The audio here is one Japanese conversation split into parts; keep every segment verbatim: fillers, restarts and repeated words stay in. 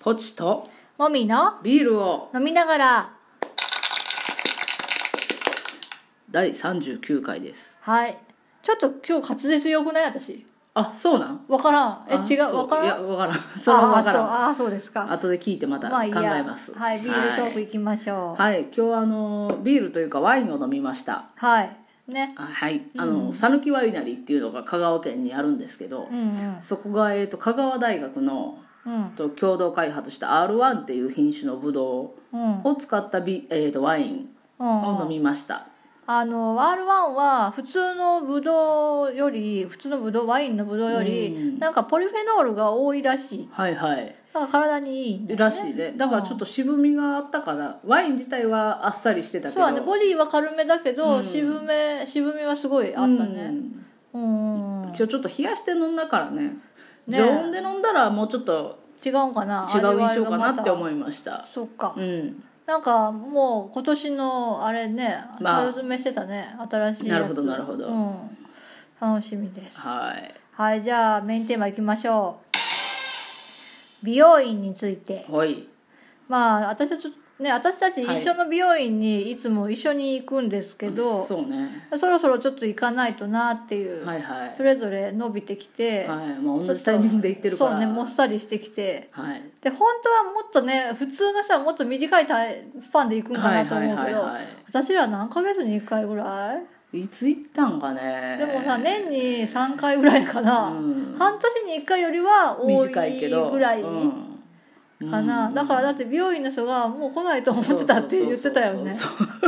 ポチともみのビールを飲みながら。 だいさんじゅうきゅうかいです。 はい。ちょっと今日滑舌よくない私。 あ、そうなん？ わからん。え、違う、わからん。 いや、わからん。それはわからん。 ああ、そうですか。 後で聞いてまた考えます。 まあいいや。はい、ビールトーク行きましょう。 はい、はい、今日はあのビールというかワインを飲みました。 はい。ね。 はい、あの讃岐、うん、ワイナリーっていうのが香川県にあるんですけど、 うんうん、 そこがえっと香川大学のうん、 と共同開発した アールワン っていう品種のブドウを使ったビ、えー、とワインを飲みました。うんうん、 あの アールワン は普通のブドウより普通のブドウワインのブドウより、うん、なんかポリフェノールが多いらしい。 はいはい。 だから体にいいんだよね。 らしいね。だからちょっと渋みがあったから、うん、ワイン自体はあっさりしてたけど。 そうね。ボディは軽めだけど、うん、渋め渋みはすごいあったね。うん。うん、 今日ちょっと冷やして飲んだからね。ね、常温で飲んだらもうちょっと違うかな。 違う印象かなって思いました。 そっか。 うん。 なんかもう今年のあれね、 まあ、 樽詰めしてたね、新しいやつ。 なるほどなるほど、 うん、楽しみです。 はいはい。じゃあメインテーマいきましょう。美容院について。 はい。 まあ私たちね、私たち一緒の美容院にいつも一緒に行くんですけど、 はい、そうね、 そろそろちょっと行かないとなっていう、 はいはい、 それぞれ伸びてきて、 はい、まあ、同じタイミングで行ってるから、 そうね、もっさりしてきて、 はい、 で本当はもっとね、普通の人はもっと短いスパンで行くんかなと思うけど、私ら何ヶ月にいっかいぐらいいつ行ったんかね。 でもさ、年にさんかいぐらいかな、うん、半年にいっかいよりは多いぐらいかな、うん、だからだって美容院の人がもう来ないと思ってたって言ってたよね。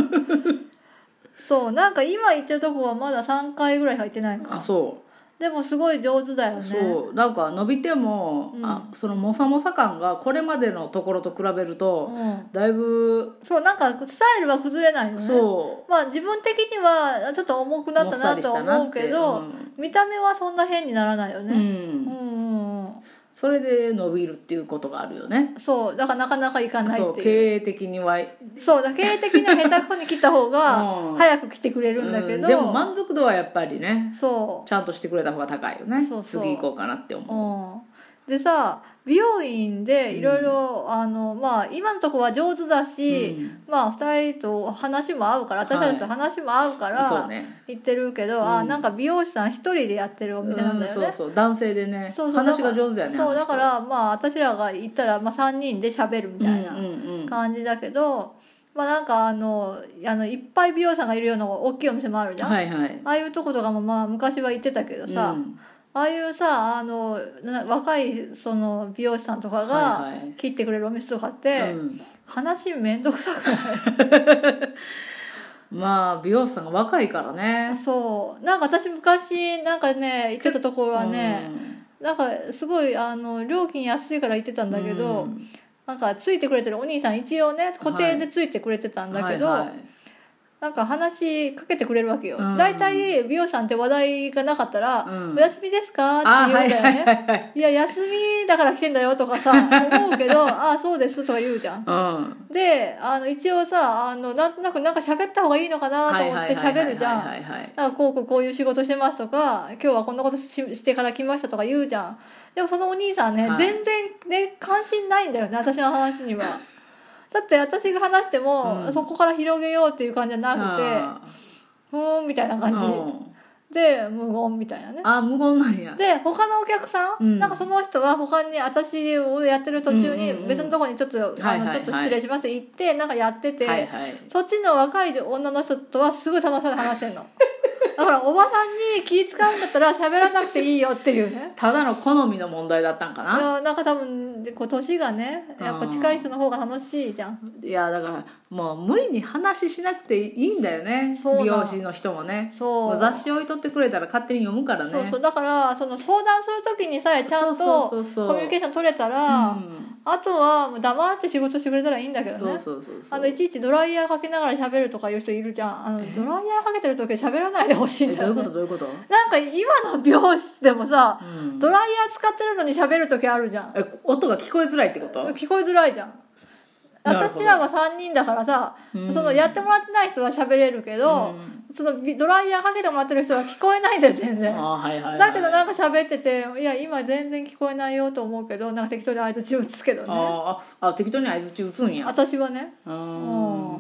そう、なんか今行ってるとこはまださんかいぐらい入ってないか。 あ、そうでもすごい上手だよね。 そう、なんか伸びても、うん、あ、そのモサモサ感がこれまでのところと比べると、うん、だいぶそう、なんかスタイルは崩れないよね。そう、まあ自分的にはちょっと重くなったなと思うけど、うん、見た目はそんな変にならないよね。うん、うんうん、それで伸びるっていうことがあるよね。 そうだからなかなかいかないっていう。 そう、経営的にはそうだ、経営的には下手くそに切った方が早く来てくれるんだけど、 うん、でも満足度はやっぱりね、 そうちゃんとしてくれた方が高いよね。そうそう、次行こうかなって思う、うん、でさ、美容院でいろいろあのまあ今のとこは上手だし、うん、まあふたりと話も合うから、私たちと話も合うから行ってるけど、はい、あ、なんか美容師さん一人でやってるお店なんだよね。 うん、そうそう、男性でね、そうそう、話が上手やね。 そうだからまあ私らが行ったら、まあ、さんにんで喋るみたいな感じだけど、うんうんうん、まあなんかあのあのいっぱい美容師さんがいるような大きいお店もあるじゃん、はいはい、ああいうとことかもまあ昔は行ってたけどさ、うん、ああいうさ、あの若いその美容師さんとかが切ってくれるお店とかって、はいはい、うん、話めんどくさくないまあ美容師さんが若いからね。 そう、なんか私昔なんかね行ってたところはね、うん、なんかすごいあの料金安いから行ってたんだけど、うん、なんかついてくれてるお兄さん一応ね固定でついてくれてたんだけど、はいはいはい、なんか話しかけてくれるわけよ。だいたい美容師さんって話題がなかったら、うん、お休みですかって言うんだよね、はいはいはい、いや休みだから来てんだよとかさ思うけどああそうですとか言うじゃん、うん、であの一応さあのなんとなくなんか喋った方がいいのかなと思って喋るじゃん。なんかこうこうこういう仕事してますとか、今日はこんなこと し, してから来ましたとか言うじゃん。でもそのお兄さんね、はい、全然ね関心ないんだよね、私の話には。だって私が話しても、うん、そこから広げようっていう感じじゃなくて、ふーんみたいな感じ、うん、で無言みたいなね。 あ、無言なんや。 で他のお客さん、うん、なんかその人は他に私をやってる途中に別のところにちょっと、うんうんうん、あのちょっと失礼します行ってなんかやってて、はいはい、そっちの若い女の人とはすごい楽しそうに話してんの。だからおばさんに気使うんだったら喋らなくていいよっていうね。 ただの好みの問題だったんかな。 いやなんか多分こう年がねやっぱ近い人の方が楽しいじゃん。 いやだからもう無理に話しなくていいんだよね、美容師の人もね。そう、雑誌置いとってくれたら勝手に読むからね。 そうそう、だからその相談する時にさえちゃんとコミュニケーション取れたら、うん、あとはもう黙って仕事してくれたらいいんだけどね。そうそうそうそう、あのいちいちドライヤーかけながら喋るとかいう人いるじゃん。あのドライヤーかけてる時は喋らないでほしいんだよね。 どういうことどういうこと？ なんか今の美容室でもさ、うん、ドライヤー使ってるのに喋る時あるじゃん。 え、音が聞こえづらいってこと？ 聞こえづらいじゃん。 私らはさんにんだからさ、うん、そのやってもらってない人は喋れるけど、うん、そのドライヤーかけてもらってる人は聞こえないんだよ全然。あ、はいはいはい、だけどなんか喋ってていや今全然聞こえないよと思うけどなんか適当に相槌打つけどね。 ああ適当に相槌打つんや。 私はね。うん。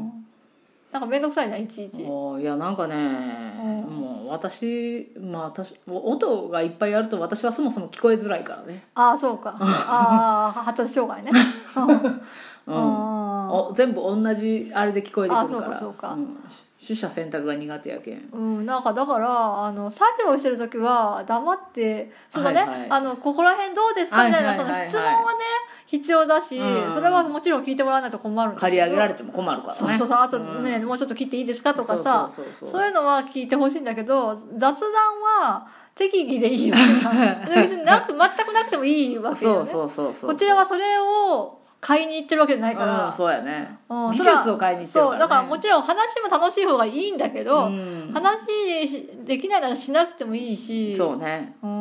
なんか面倒くさいな、いちいち。 いやなんかね、うん、もう私まあ私音がいっぱいあると私はそもそも聞こえづらいからね。 ああそうか。ああ発達障害ね。 うん、お全部同じあれで聞こえてくるから。 あそうかそうか。うん、 取捨選択が苦手やけん。 うん、なんかだからあの作業してる時は黙ってそのね、はいはい、あのここら辺どうですかみたいなその質問はね必要だし、うん、それはもちろん聞いてもらわないと困るんだけど、 借り上げられても困るからね。 そうそうあとね、うん、もうちょっと切っていいですかとかさ、そうそうそうそう、そういうのは聞いてほしいんだけど雑談は適宜でいいわけだ。別になく全くなくてもいいわけよね。そうそうそうそう、こちらはそれを買いに行ってるわけじゃないから、 うん、そうやね、うん、技術を買いに行ってるから、ね、 そうだからもちろん話も楽しい方がいいんだけど、うん、話できないならしなくてもいいし、 そうね、うん、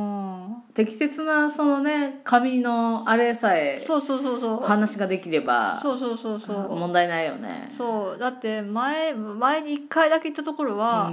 適切なそのね紙のあれさえそうそうそうそう話ができればそうそうそうそう問題ないよね。 そうだって前前にいっかいだけ行ったところは、うん、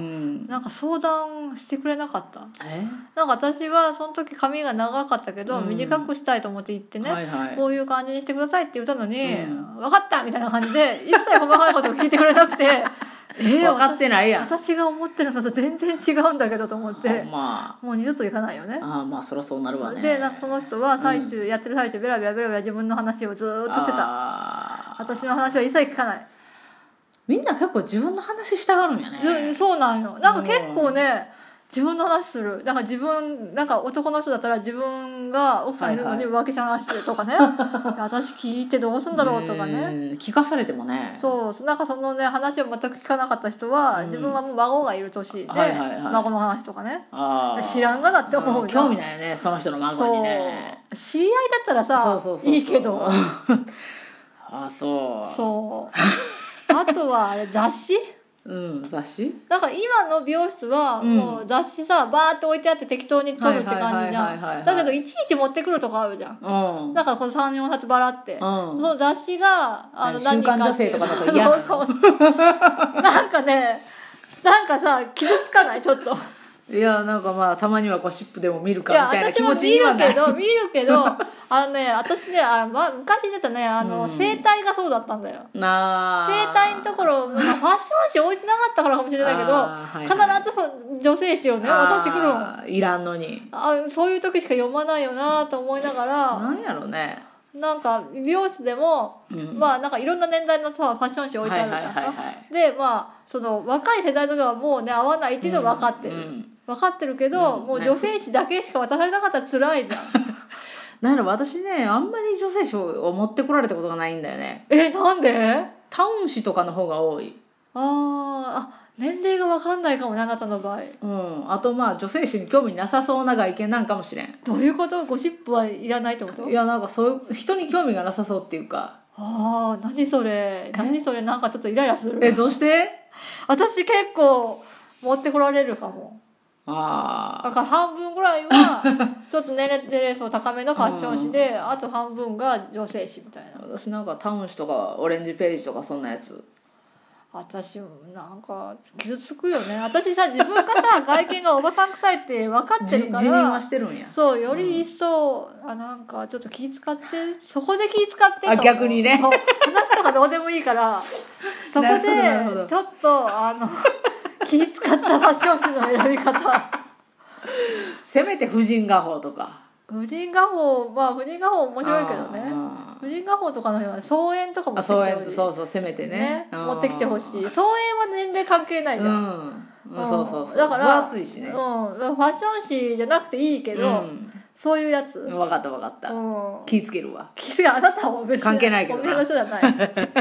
なんか相談してくれなかった。えなんか私はその時髪が長かったけど、うん、短くしたいと思って行ってね、はいはい、こういう感じにしてくださいって言ったのに、うん、分かったみたいな感じで一切細かいことを聞いてくれなくてえー、分かってないやん私が思ってるのと全然違うんだけどと思って、まあ、もう二度と行かないよね。 あまあそりゃそうなるわね。 でなんかその人は最中、うん、やってる最中ベラベラベラベラ自分の話をずっとしてた。私の話は一切聞かない。 みんな結構自分の話したがるんやね。 そうなんよ。なんか結構ね自分の話する。だから自分なんか男の人だったら自分が奥さんいるのに浮気者の話してるとかね、はいはい、私聞いてどうすんだろうとかね。 聞かされてもね。 そうなんかそのね話を全く聞かなかった人は、うん、自分はもう孫がいる年で、はいはいはい、孫の話とかねあ知らんがだって思う興味ないよねその人の孫にね。 そう知り合いだったらさそうそうそうそういいけどあそうそうあとはあれ雑誌うん、雑誌だから今の美容室はもう雑誌さ、うん、バーって置いてあって適当に撮るって感じじゃん。だけどいちいち持ってくるとかあるじゃん、うん、だからこのさん、よんはつバラって、うん、その雑誌があの何人か週刊女性とかだと嫌なのそうそうそうなんかねなんかさ傷つかないちょっといやなんかまあたまにはゴシップでも見るかみたいな気持ちにはない。いや私も見るけど見るけどあのね私ねあの、ま、昔出たねあの、うん、整体がそうだったんだよ。あ整体のところ、まあ、ファッション誌置いてなかったからかもしれないけど、はいはい、必ず女性誌をね渡してくるの。 いらんのにあそういう時しか読まないよなと思いながらなんやろねなんか美容室でも、うん、まあなんかいろんな年代のさファッション誌置いてあるじゃん、はいはいはいはい、でまあその若い世代のがもうね合わないっていうのは分かってる、うんうん分かってるけど、うん、もう女性誌だけしか渡されなかったら辛いじゃんなんやろ私ねあんまり女性誌を持ってこられたことがないんだよね。 えなんで？ タウン誌とかの方が多い。 ああ年齢が分かんないかもねあなたの場合。 うんあとまあ女性誌に興味なさそうな外見なんかもしれん。 どういうこと？ゴシップはいらないってこと？ いやなんかそういう人に興味がなさそうっていうか。 ああ何それ何それなんかちょっとイライラする。 えどうして？ 私結構持ってこられるかも。あだから半分ぐらいはちょっと年齢層高めのファッション誌で、うん、あと半分が女性誌みたいな。 私なんかタウン誌とかオレンジページとかそんなやつ私なんか傷つくよね。私さ自分がさ外見がおばさん臭いって分かってるから自認はしてるんや。 そうより一層、うん、あなんかちょっと気使ってそこで気使ってあ逆にねそう話とかどうでもいいからそこでちょっとあの気使ったファッション誌の選び方せめて婦人画報とか婦人画報まあ婦人画報面白いけどね婦人画報とかの辺は草園とかも草園とそうそうせめて ね, ね持ってきてほしい。草園は年齢関係ないじゃん、 うんうん、そうそうそうだから分厚いしね、うん、 ファッション誌じゃなくていいけど、うん、そういうやつ分かった分かった、うん、気ぃつけるわ。 気ぃつけるあなたは別に関係ないけどなお店の人じゃない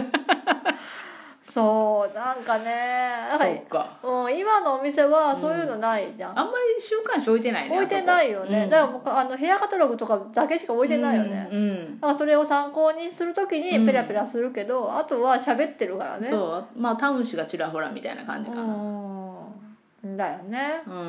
そうなんかねなんかそうか、うん、今のお店はそういうのないじゃん、 うん、あんまり週刊誌置いてないね。 置いてないよね、うん、だからもうあのヘアカタログとかだけしか置いてないよね、うんうん、だからそれを参考にするときにペラペラするけど、うん、あとは喋ってるからね。 そうまあタウン誌がちらほらみたいな感じかな。 うんだよね。 うん、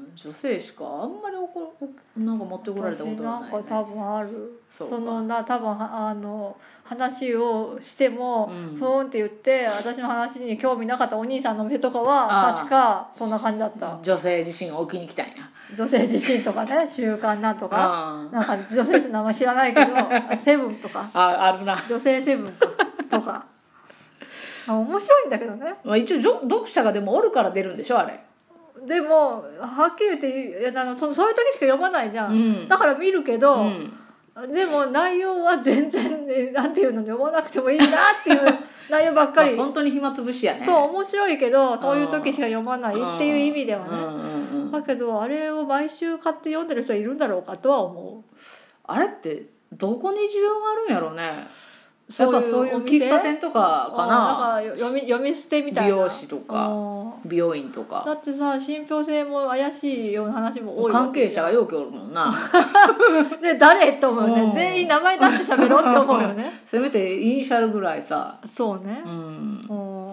女性しかあんまりおこなんか持ってこられたことがない、ね、 なんか多分ある。 そそのな多分あの話をしても、 うん、 ふーんって言って私の話に興味なかったお兄さんの目とかは確かそんな感じだった。 女性自身が置きに来たんや。女性自身とかね、習慣なんとかなんか女性って名前知らないけどセブンとかあ, あるな女性セブンとか面白いんだけどね。 まあ、一応読者がでもおるから出るんでしょあれ。 でもはっきり言ってあの そ, そういう時しか読まないじゃん、うん、だから見るけど、うん、でも内容は全然、ね、なんていうの読まなくてもいいなっていう内容ばっかり、 まあ、本当に暇つぶしやね。 そう面白いけどそういう時しか読まないっていう意味ではね、うんうん、だけどあれを毎週買って読んでる人いるんだろうかとは思う。 あれってどこに需要があるんやろうね。やっぱそういう喫茶店とかかな。 なんか読み読み捨てみたいな。 美容師とか美容院とか。 だってさ信憑性も怪しいような話も多い。 関係者がよくおるもんな。 で誰と思うね。全員名前出して喋ろうって思うよね。 せめてイニシャルぐらいさ。 そうね。 うん。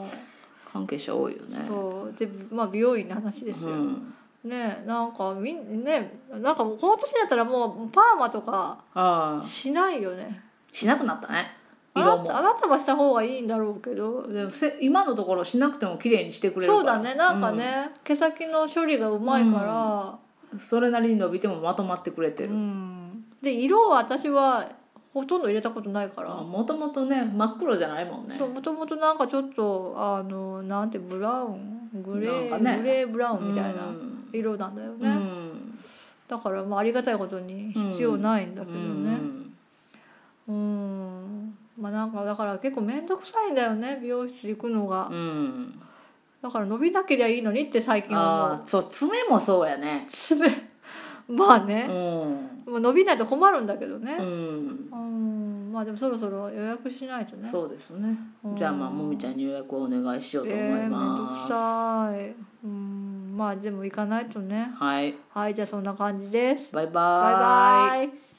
関係者多いよね。 そうでまあ美容院の話ですよ。うんねなんかみんねなんかこの年だったらもうパーマとかしないよね。 しなくなったね。 色も あ, あなたはした方がいいんだろうけどでもせ今のところしなくても綺麗にしてくれるから。 そうだねなんかね、うん、毛先の処理がうまいから、 うん、それなりに伸びてもまとまってくれてる、うん、 で色は私はほとんど入れたことないからもともとね真っ黒じゃないもんね。 そうもともとなんかちょっとあのなんてブラウングレー、ね、グレーブラウンみたいな色なんだよね、うん、だからまあありがたいことに必要ないんだけどねうん、うんまあ、なんかだから結構面倒くさいんだよね美容室行くのが、うん、だから伸びなけりゃいいのにって最近は思う。 そう爪もそうやね。 爪まあね、うん、伸びないと困るんだけどね、うんうん、まあでもそろそろ予約しないとね。 そうですね、うん、じゃあまあもみちゃんに予約をお願いしようと思います。えー、めんどくさい、うん、まあでも行かないとね。 はい、 はい、じゃあそんな感じです。 バイバイ。 バイバイ。